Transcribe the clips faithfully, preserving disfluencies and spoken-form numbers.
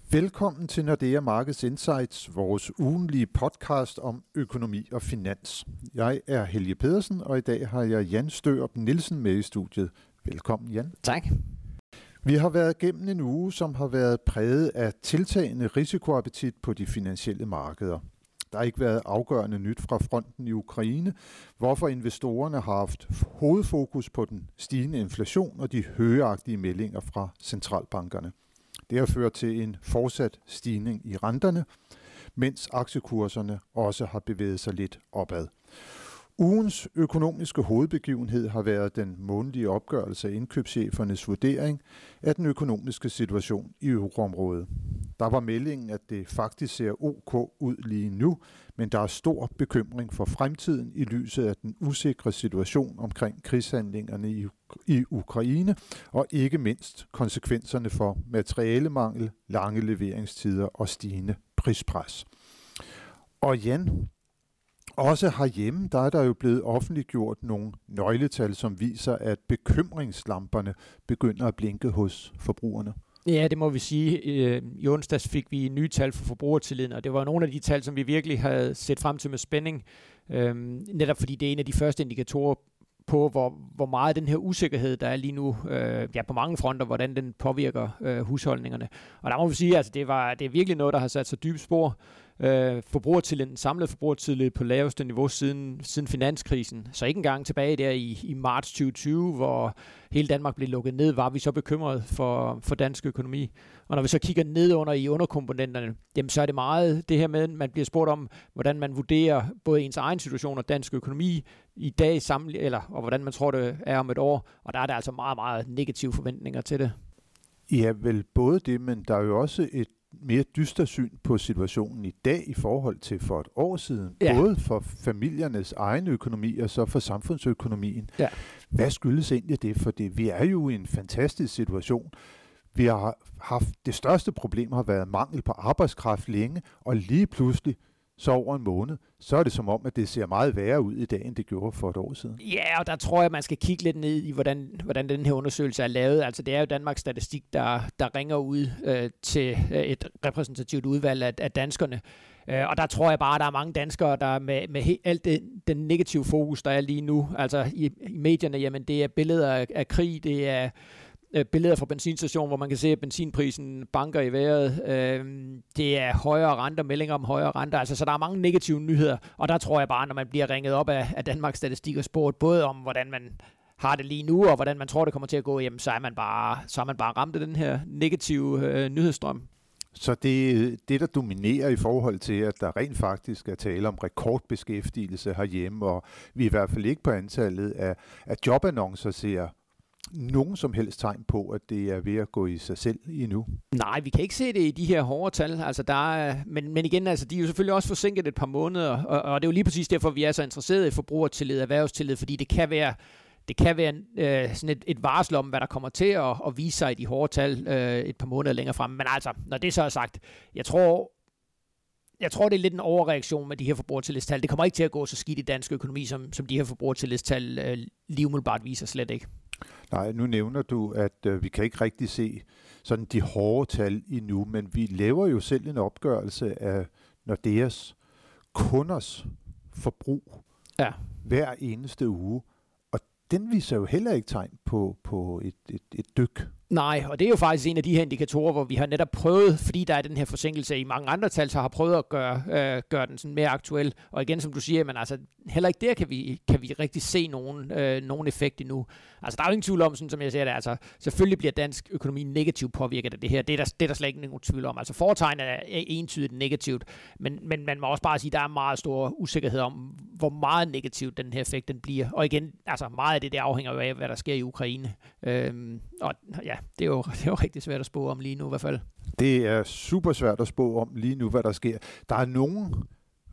Velkommen til Nordea Markets Insights, vores ugentlige podcast om økonomi og finans. Jeg er Helge Pedersen, og i dag har jeg Jan Størup Nielsen med i studiet. Velkommen, Jan. Tak. Vi har været gennem en uge, som har været præget af tiltagende risikoappetit på de finansielle markeder. Der har ikke været afgørende nyt fra fronten i Ukraine, hvorfor investorerne har haft hovedfokus på den stigende inflation og de højagtige meldinger fra centralbankerne. Det har ført til en fortsat stigning i renterne, mens aktiekurserne også har bevæget sig lidt opad. Ugens økonomiske hovedbegivenhed har været den månedlige opgørelse af indkøbschefernes vurdering af den økonomiske situation i euroområdet. Der var meldingen, at det faktisk ser ok ud lige nu, men der er stor bekymring for fremtiden i lyset af den usikre situation omkring krigshandlingerne i, i Ukraine, og ikke mindst konsekvenserne for materialemangel, lange leveringstider og stigende prispres. Og Jan, også herhjemme, der er der jo blevet offentliggjort nogle nøgletal, som viser, at bekymringslamperne begynder at blinke hos forbrugerne. Ja, det må vi sige. I onsdags fik vi nye tal for forbrugertilliden, og det var nogle af de tal, som vi virkelig havde set frem til med spænding. Øhm, netop fordi det er en af de første indikatorer på, hvor, hvor meget den her usikkerhed, der er lige nu øh, ja, på mange fronter, hvordan den påvirker øh, husholdningerne. Og der må vi sige, at altså, det, var, det er virkelig noget, der har sat sig dybe spor. Øh, forbrugertilliden, den samlede forbrugertillid på laveste niveau siden, siden finanskrisen. Så ikke engang tilbage der i, i marts tyve tyve, hvor hele Danmark blev lukket ned, var vi så bekymret for, for dansk økonomi. Og når vi så kigger ned under i underkomponenterne, jamen, så er det meget det her med, at man bliver spurgt om, hvordan man vurderer både ens egen situation og dansk økonomi i dag sammen, eller, og hvordan man tror, det er om et år. Og der er der altså meget, meget negative forventninger til det. Ja, vel både det, men der er jo også et mere dyster syn på situationen i dag i forhold til for et år siden. Ja. Både for familiernes egen økonomi og så for samfundsøkonomien. Ja. Hvad skyldes egentlig det? For det, vi er jo i en fantastisk situation. Vi har haft det største problem har været mangel på arbejdskraft længe, og lige pludselig så over en måned, så er det som om, at det ser meget værre ud i dag, end det gjorde for et år siden. Ja, og der tror jeg, at man skal kigge lidt ned i, hvordan, hvordan den her undersøgelse er lavet. Altså, det er jo Danmarks Statistik, der, der ringer ud øh, til et repræsentativt udvalg af, af danskerne. Øh, og der tror jeg bare, at der er mange danskere, der med, med he, alt det, den negative fokus, der er lige nu, altså i, i medierne, jamen det er billeder af, af krig, det er billeder fra benzinstationen, hvor man kan se, at benzinprisen banker i vejret. Det er højere renter, meldinger om højere renter. Altså, så der er mange negative nyheder, og der tror jeg bare, når man bliver ringet op af, af Danmarks Statistik og spurgt, både om, hvordan man har det lige nu, og hvordan man tror, det kommer til at gå, jamen, så er man bare, så er man bare ramt af den her negative øh, nyhedsstrøm. Så det, det, der dominerer i forhold til, at der rent faktisk er tale om rekordbeskæftigelse herhjemme, og vi i hvert fald ikke på antallet af, af jobannoncer ser nogen som helst tegn på, at det er ved at gå i sig selv endnu? Nej, vi kan ikke se det i de her hårde tal. Altså, der er, men, men igen, altså, de er jo selvfølgelig også forsinket et par måneder, og, og det er jo lige præcis derfor, vi er så interesserede i forbrugertillid og erhvervstillid, fordi det kan være, det kan være øh, sådan et, et varsel om, hvad der kommer til at, at vise sig i de hårde tal øh, et par måneder længere frem. Men altså, når det så er sagt, jeg tror, Jeg tror, det er lidt en overreaktion med de her forbrugertillidstal. Det kommer ikke til at gå så skidt i dansk økonomi, som, som de her forbrugertillidstal øh, lige umiddelbart viser slet ikke. Nej, nu nævner du, at øh, vi kan ikke rigtig se sådan de hårde tal endnu, men vi laver jo selv en opgørelse af Nordeas kunders forbrug ja. hver eneste uge, og den viser jo heller ikke tegn på, på et, et, et dyk. Nej, og det er jo faktisk en af de her indikatorer, hvor vi har netop prøvet, fordi der er den her forsinkelse i mange andre tal, så har prøvet at gøre, øh, gøre den sådan mere aktuel. Og igen, som du siger, men altså, heller ikke der kan vi, kan vi rigtig se nogen, øh, nogen effekt endnu. Altså, der er jo ingen tvivl om, sådan, som jeg siger det, altså, selvfølgelig bliver dansk økonomi negativt påvirket af det her. Det er der, det er der slet ikke nogen tvivl om. Altså, foretegnet er entydigt negativt, men, men man må også bare sige, at der er meget stor usikkerhed om, hvor meget negativt den her effekt den bliver. Og igen, altså, meget af det, det afhænger jo af, hvad der sker i Ukraine. Øhm, og ja, det er, jo, det er jo rigtig svært at spå om lige nu i hvert fald. Det er super svært at spå om lige nu, hvad der sker. Der er nogen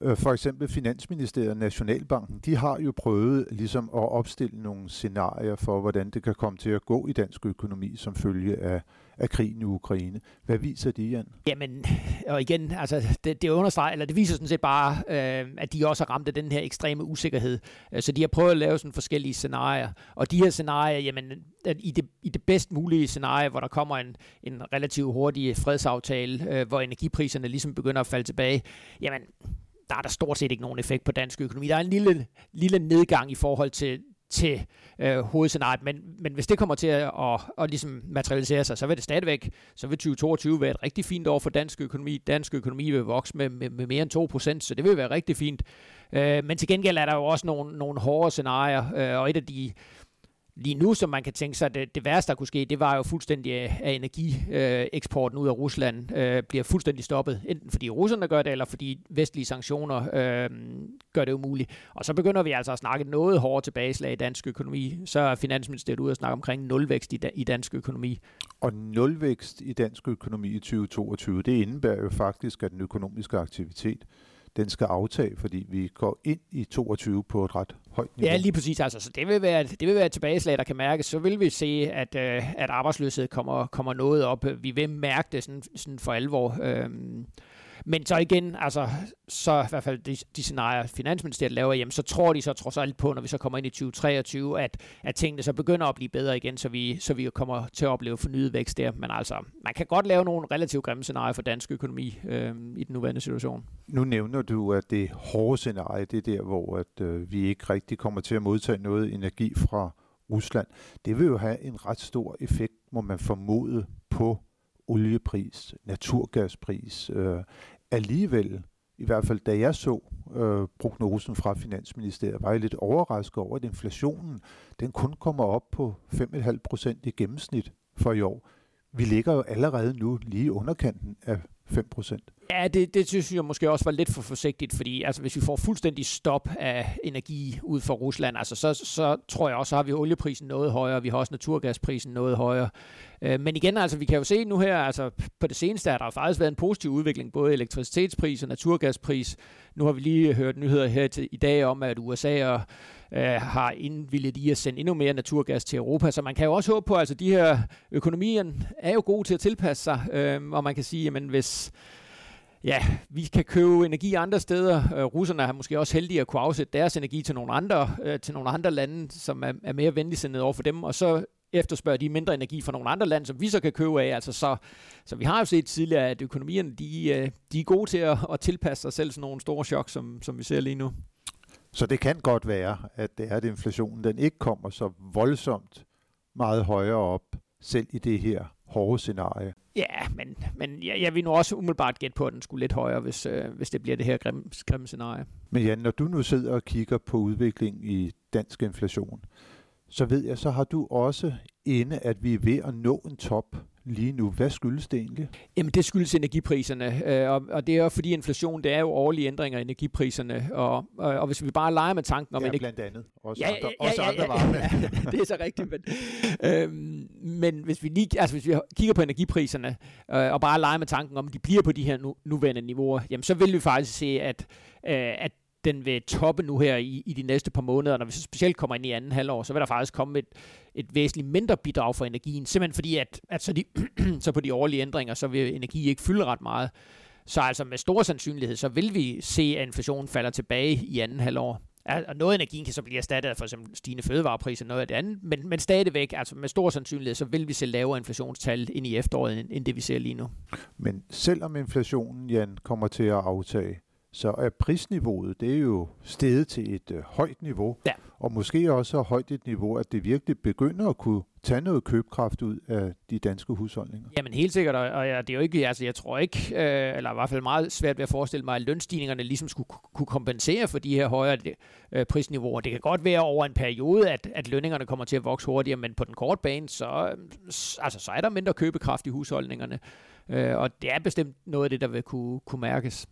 For eksempel Finansministeriet og Nationalbanken, de har jo prøvet ligesom at opstille nogle scenarier for, hvordan det kan komme til at gå i dansk økonomi som følge af, af krigen i Ukraine. Hvad viser de, Jan? Jamen, og igen, altså det, det understreger, eller det viser sådan set bare, øh, at de også har ramt af den her ekstreme usikkerhed. Så de har prøvet at lave sådan forskellige scenarier. Og de her scenarier, jamen, i det, i det bedst mulige scenarie, hvor der kommer en, en relativt hurtig fredsaftale, øh, hvor energipriserne ligesom begynder at falde tilbage, jamen, der er der stort set ikke nogen effekt på dansk økonomi. Der er en lille, lille nedgang i forhold til, til øh, hovedscenariet, men, men hvis det kommer til at, at, at ligesom materialisere sig, så vil det stadigvæk, så vil tyve toogtyve være et rigtig fint år for dansk økonomi. Dansk økonomi vil vokse med, med, med mere end to procent, så det vil være rigtig fint. Øh, men til gengæld er der jo også nogle, nogle hårde scenarier, øh, og et af de lige nu, som man kan tænke sig, det, det værste, der kunne ske, det var jo fuldstændig, at energieksporten ud af Rusland øh, bliver fuldstændig stoppet. Enten fordi russerne gør det, eller fordi vestlige sanktioner øh, gør det umuligt. Og så begynder vi altså at snakke noget hårdere tilbageslag i dansk økonomi. Så er Finansministeriet ude at snakke omkring nulvækst i, da, i dansk økonomi. Og nulvækst i dansk økonomi i tyve toogtyve, det indebærer jo faktisk, at den økonomiske aktivitet den skal aftage, fordi vi går ind i toogtyve på et ret højt niveau. Ja, lige præcis. Altså, så det vil være, det vil være et tilbageslag, der kan mærkes. Så vil vi se, at, øh, at arbejdsløshed kommer, kommer noget op. Vi vil mærke det sådan, sådan for alvor. Øhm, men så igen, altså, så i hvert fald de, de scenarier, Finansministeriet laver, jamen, så tror de så trods alt på, når vi så kommer ind i tyve treogtyve, at, at tingene så begynder at blive bedre igen, så vi, så vi kommer til at opleve fornyet vækst der. Men altså, man kan godt lave nogle relativt grimme scenarier for dansk økonomi øh, i den nuværende situation. Nu nævner du, at det hårde scenarie, det er der, hvor at, øh, vi ikke rigtig kommer til at modtage noget energi fra Rusland. Det vil jo have en ret stor effekt, må man formode, på oliepris, naturgaspris. Øh, alligevel, i hvert fald da jeg så øh, prognosen fra Finansministeriet, var jeg lidt overrasket over, at inflationen den kun kommer op på fem komma fem procent i gennemsnit for i år. Vi ligger jo allerede nu lige underkanten af fem procent. Ja, det, det synes jeg måske også var lidt for forsigtigt, fordi altså, hvis vi får fuldstændig stop af energi ud fra Rusland, altså, så, så tror jeg også, så har vi olieprisen noget højere, vi har også naturgasprisen noget højere. Øh, men igen, altså, vi kan jo se nu her, altså, på det seneste har der faktisk været en positiv udvikling, både elektricitetspris og naturgaspris. Nu har vi lige hørt nyheder her til, i dag om, at U S A og, øh, har indvilligt i at sende endnu mere naturgas til Europa, så man kan jo også håbe på, at altså, de her økonomier er jo gode til at tilpasse sig, øh, og man kan sige, jamen hvis ja, vi kan købe energi andre steder. Øh, russerne har måske også heldige at kunne afsætte deres energi til nogle andre, øh, til nogle andre lande, som er, er mere venligsindede over for dem, og så efterspørger de mindre energi fra nogle andre lande, som vi så kan købe af. Altså så, så vi har jo set tidligere, at økonomierne de, de er gode til at, at tilpasse sig selv sådan nogle store chok, som, som vi ser lige nu. Så det kan godt være, at det er, at inflationen den ikke kommer så voldsomt meget højere op, selv i det her hårde scenarie. Ja, men, men jeg, jeg vil nu også umiddelbart gætte på, at den skulle lidt højere, hvis, øh, hvis det bliver det her grimme, grimme scenarie. Men Jan, når du nu sidder og kigger på udviklingen i dansk inflation, så ved jeg, så har du også inde, at vi er ved at nå en top lige nu. Hvad skyldes det egentlig? Jamen, det skyldes energipriserne, øh, og, og det er jo fordi inflation, det er jo årlige ændringer i energipriserne, og, og, og hvis vi bare leger med tanken om... Ja, energi- blandt andet. Også ja, andre, ja, også ja, andre ja, varer. Ja, det er så rigtigt, men, øhm, men hvis vi lige, altså hvis vi kigger på energipriserne, øh, og bare leger med tanken om, at de bliver på de her nu, nuværende niveauer, jamen så vil vi faktisk se, at, øh, at den vil toppe nu her i, i de næste par måneder. Når vi så specielt kommer ind i anden halvår, så vil der faktisk komme et, et væsentligt mindre bidrag fra energien. Simpelthen fordi, at, at så, de, så på de årlige ændringer, så vil energi ikke fylde ret meget. Så altså med stor sandsynlighed, så vil vi se, at inflationen falder tilbage i anden halvår. Og noget af energien kan så blive erstattet af for eksempel stigende fødevarepriser og noget af det andet, men, men stadigvæk, altså med stor sandsynlighed, så vil vi se lavere inflationstal ind i efteråret, end, end det vi ser lige nu. Men selvom inflationen, Jan, kommer til at aftage, så er prisniveauet, det er jo steget til et øh, højt niveau, ja. Og måske også så højt et niveau, at det virkelig begynder at kunne tage noget købekraft ud af de danske husholdninger. Jamen helt sikkert, og det er jo ikke, altså jeg tror ikke, øh, eller i hvert fald meget svært ved at forestille mig, at lønstigningerne ligesom skulle kunne kompensere for de her højere øh, prisniveauer. Det kan godt være over en periode, at, at lønningerne kommer til at vokse hurtigere, men på den korte bane, så, altså, så er der mindre købekraft i husholdningerne, øh, og det er bestemt noget af det, der vil kunne, kunne mærkes.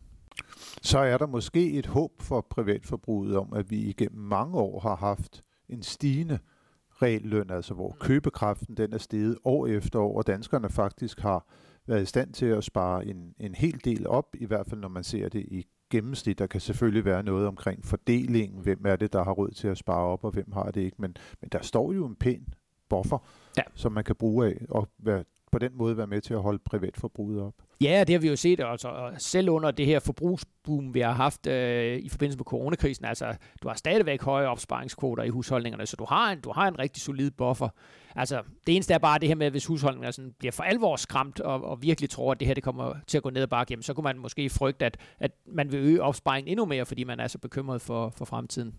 Så er der måske et håb for privatforbruget om, at vi igennem mange år har haft en stigende realløn, altså hvor købekraften den er steget år efter år, og danskerne faktisk har været i stand til at spare en, en hel del op, i hvert fald når man ser det i gennemsnit. Der kan selvfølgelig være noget omkring fordelingen, hvem er det, der har råd til at spare op, og hvem har det ikke, men, men der står jo en pæn buffer, ja, som man kan bruge af, og være, på den måde være med til at holde privatforbruget op. Ja, det har vi jo set, altså selv under det her forbrugsboom, vi har haft øh, i forbindelse med coronakrisen, altså du har stadigvæk høje opsparingskvoter i husholdningerne, så du har en, du har en rigtig solid buffer. Altså det eneste er bare det her med, hvis husholdningerne sådan bliver for alvor skræmt, og, og virkelig tror, at det her det kommer til at gå ned ad bakke, jamen, så kunne man måske frygte, at, at man vil øge opsparingen endnu mere, fordi man er så bekymret for, for fremtiden.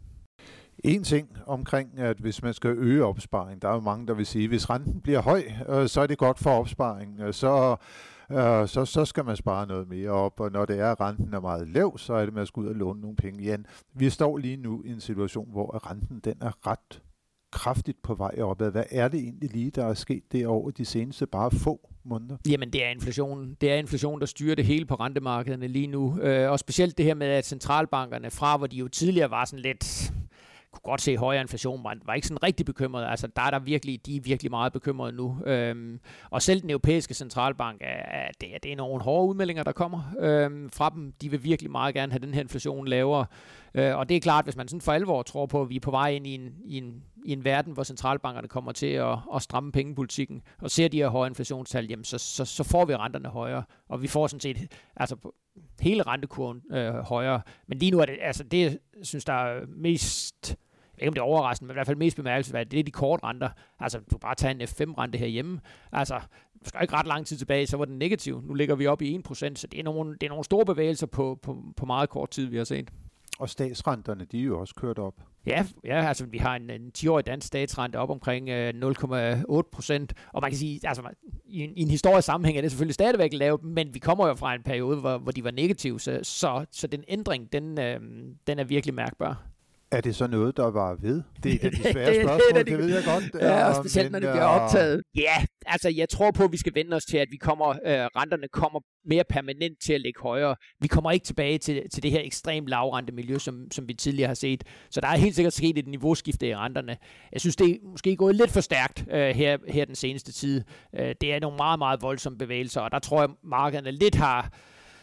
En ting omkring, at hvis man skal øge opsparing, der er jo mange, der vil sige, at hvis renten bliver høj, øh, så er det godt for opsparing, så, øh, så, så skal man spare noget mere op, og når det er, at renten er meget lav, så er det med at skulle ud og låne nogle penge igen. Vi står lige nu i en situation, hvor renten den er ret kraftigt på vej opad. Hvad er det egentlig lige, der er sket derovre de seneste bare få måneder? Jamen, det er inflationen. Det er inflation, der styrer det hele på rentemarkederne lige nu. Øh, og specielt det her med, at centralbankerne fra, hvor de jo tidligere var sådan lidt... kunne godt se højere inflation, man var ikke sådan rigtig bekymret. Altså, der er der virkelig, de er virkelig meget bekymrede nu. Øhm, og selv den europæiske centralbank, er, det, er, det er nogle hårde udmeldinger, der kommer øhm, fra dem. De vil virkelig meget gerne have den her inflation lavere. Øh, og det er klart, hvis man sådan for alvor tror på, at vi er på vej ind i en, i en, i en verden, hvor centralbankerne kommer til at, at stramme pengepolitikken, og ser de her høje inflationstal, jamen, så, så, så får vi renterne højere. Og vi får sådan set altså, hele rentekurven øh, højere. Men lige nu er det, altså det, jeg synes, der er mest... ikke om det er overraskende, men i hvert fald mest bemærkelsesværdigt, det er de korte renter. Altså, du kan bare tage en F fem rente herhjemme. Altså, du skal ikke ret lang tid tilbage, så var den negativ. Nu ligger vi oppe i en procent, så det er nogle, det er nogle store bevægelser på, på, på meget kort tid, vi har set. Og statsrenterne, de er jo også kørt op. Ja, ja, altså vi har en, en ti-årig dansk statsrente op omkring øh, nul komma otte procent, og man kan sige, altså i en, i en historisk sammenhæng er det selvfølgelig stadigvæk lavt, men vi kommer jo fra en periode, hvor, hvor de var negative, så, så, så den ændring, den, øh, den er virkelig mærkbar. Er det så noget, der var ved? Det er de svære spørgsmål, det, det, det ved jeg godt. Ja, og specielt men, når det bliver optaget. Ja, altså jeg tror på, at vi skal vende os til, at vi kommer, øh, renterne kommer mere permanent til at ligge højere. Vi kommer ikke tilbage til, til det her ekstremt lavrente miljø, som, som vi tidligere har set. Så der er helt sikkert sket et niveauskifte i renterne. Jeg synes, det er måske gået lidt for stærkt øh, her, her den seneste tid. Øh, det er nogle meget, meget voldsomme bevægelser, og der tror jeg, markederne lidt har...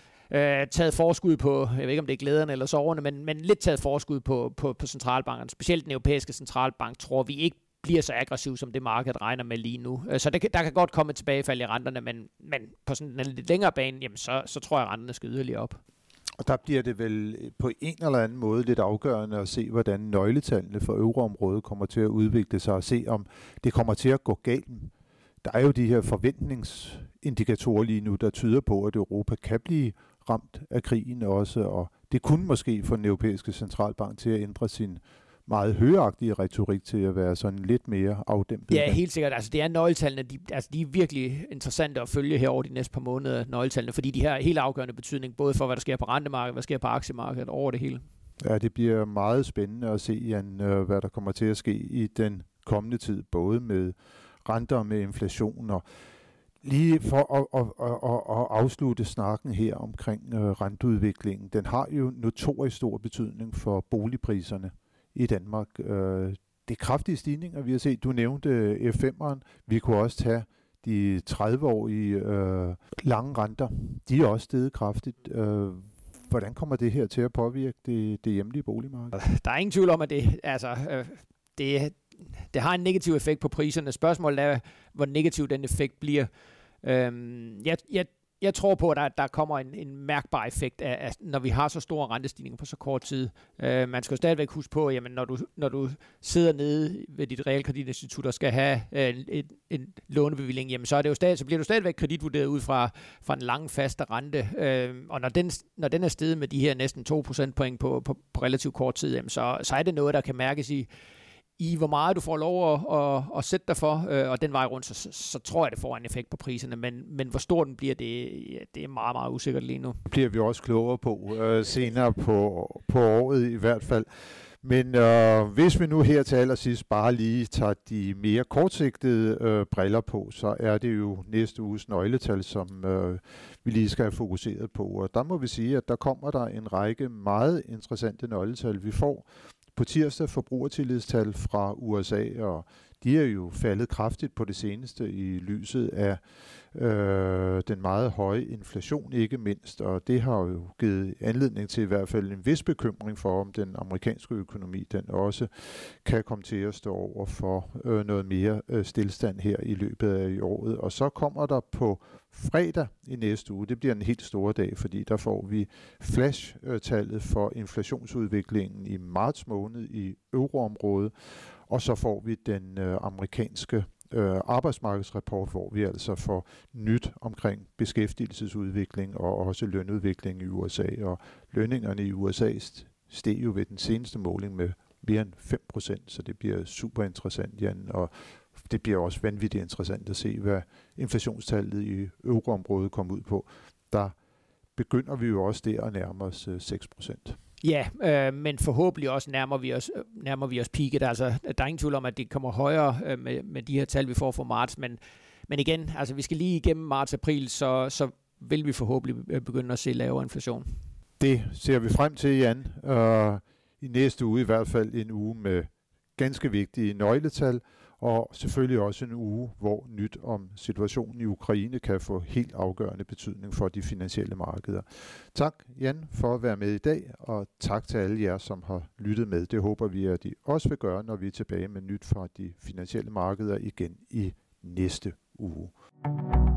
Øh, taget forskud på, jeg ved ikke om det er glæderne eller soverne, men, men lidt taget forskud på, på, på centralbankerne. Specielt den europæiske centralbank tror vi ikke bliver så aggressiv, som det marked regner med lige nu. Øh, så det, der kan godt komme et tilbagefald i renterne, men, men på sådan en lidt længere bane, jamen så, så tror jeg, at renterne skal yderligere op. Og der bliver det vel på en eller anden måde lidt afgørende at se, hvordan nøgletallene for euroområdet kommer til at udvikle sig, og se om det kommer til at gå galt. Der er jo de her forventningsindikatorer lige nu, der tyder på, at Europa kan blive ramt af krigen også, og det kunne måske få den europæiske centralbank til at ændre sin meget højagtige retorik til at være sådan lidt mere afdæmpet. Ja, helt sikkert. Altså, det er nøgletallene, de, altså, de er virkelig interessante at følge her over de næste par måneder, nøgletallene, fordi de har helt afgørende betydning, både for, hvad der sker på rentemarkedet, hvad der sker på aktiemarkedet, over det hele. Ja, det bliver meget spændende at se, Jan, hvad der kommer til at ske i den kommende tid, både med renter og med inflation. Og lige for at, at, at, at afslutte snakken her omkring uh, renteudviklingen, den har jo notorisk stor betydning for boligpriserne i Danmark. Uh, det er kraftige stigninger, vi har set. Du nævnte F fem'eren. Vi kunne også tage de tredive-årige uh, lange renter. De er også steget kraftigt. Uh, hvordan kommer det her til at påvirke det, det hjemlige boligmarked? Der er ingen tvivl om, at det, altså, øh, det, det har en negativ effekt på priserne. Spørgsmålet er, hvor negativ den effekt bliver. Øhm, jeg, jeg, jeg tror på, at der, der kommer en, en mærkbar effekt, af, af, når vi har så store rentestigninger på så kort tid. Øh, man skal jo stadigvæk huske på, at når, du, når du sidder nede ved dit realkreditinstitut og skal have øh, en, en lånebevilling, jamen så, er det jo stadig, så bliver du stadigvæk kreditvurderet ud fra, fra en lang faste rente. Øh, og når den, når den er steget med de her næsten to procentpoint på, på, på relativt kort tid, jamen så, så er det noget, der kan mærkes i i hvor meget du får lov at, at, at sætte dig for, øh, og den vej rundt, så, så, så tror jeg, det får en effekt på priserne, men, men hvor stor den bliver, det, ja, det er meget, meget usikkert lige nu. Det bliver vi også klogere på øh, senere på, på året i hvert fald. Men øh, hvis vi nu her til allersidst bare lige tager de mere kortsigtede øh, briller på, så er det jo næste uges nøgletal, som øh, vi lige skal have fokuseret på. Og der må vi sige, at der kommer der en række meget interessante nøgletal, vi får. På tirsdag forbrugertillidstal fra U S A, og de er jo faldet kraftigt på det seneste i lyset af øh, den meget høje inflation ikke mindst, og det har jo givet anledning til i hvert fald en vis bekymring for, om den amerikanske økonomi den også kan komme til at stå over for øh, noget mere øh, stillstand her i løbet af i året. Og så kommer der på fredag i næste uge, det bliver en helt stor dag, fordi der får vi flash-tallet for inflationsudviklingen i marts måned i euroområdet, og så får vi den øh, amerikanske øh, arbejdsmarkedsrapport, hvor vi altså får nyt omkring beskæftigelsesudvikling og også lønudvikling i U S A, og lønningerne i U S A steg jo ved den seneste måling med mere end fem procent, så det bliver super interessant, Jan, og det bliver også vanvittigt interessant at se, hvad inflationstallet i euroområdet kommer ud på. Der begynder vi jo også der at nærme os øh, seks procent. Ja, øh, men forhåbentlig også nærmer vi os, nærmer vi os peaket. Altså, der er ingen tvivl om, at det kommer højere øh, med, med de her tal, vi får for marts, men, men igen, altså, vi skal lige igennem marts-april, så, så vil vi forhåbentlig begynde at se lavere inflation. Det ser vi frem til, Jan. Uh, I næste uge i hvert fald en uge med ganske vigtige nøgletal, og selvfølgelig også en uge, hvor nyt om situationen i Ukraine kan få helt afgørende betydning for de finansielle markeder. Tak, Jan, for at være med i dag, og tak til alle jer, som har lyttet med. Det håber vi, at I også vil gøre, når vi er tilbage med nyt fra de finansielle markeder igen i næste uge.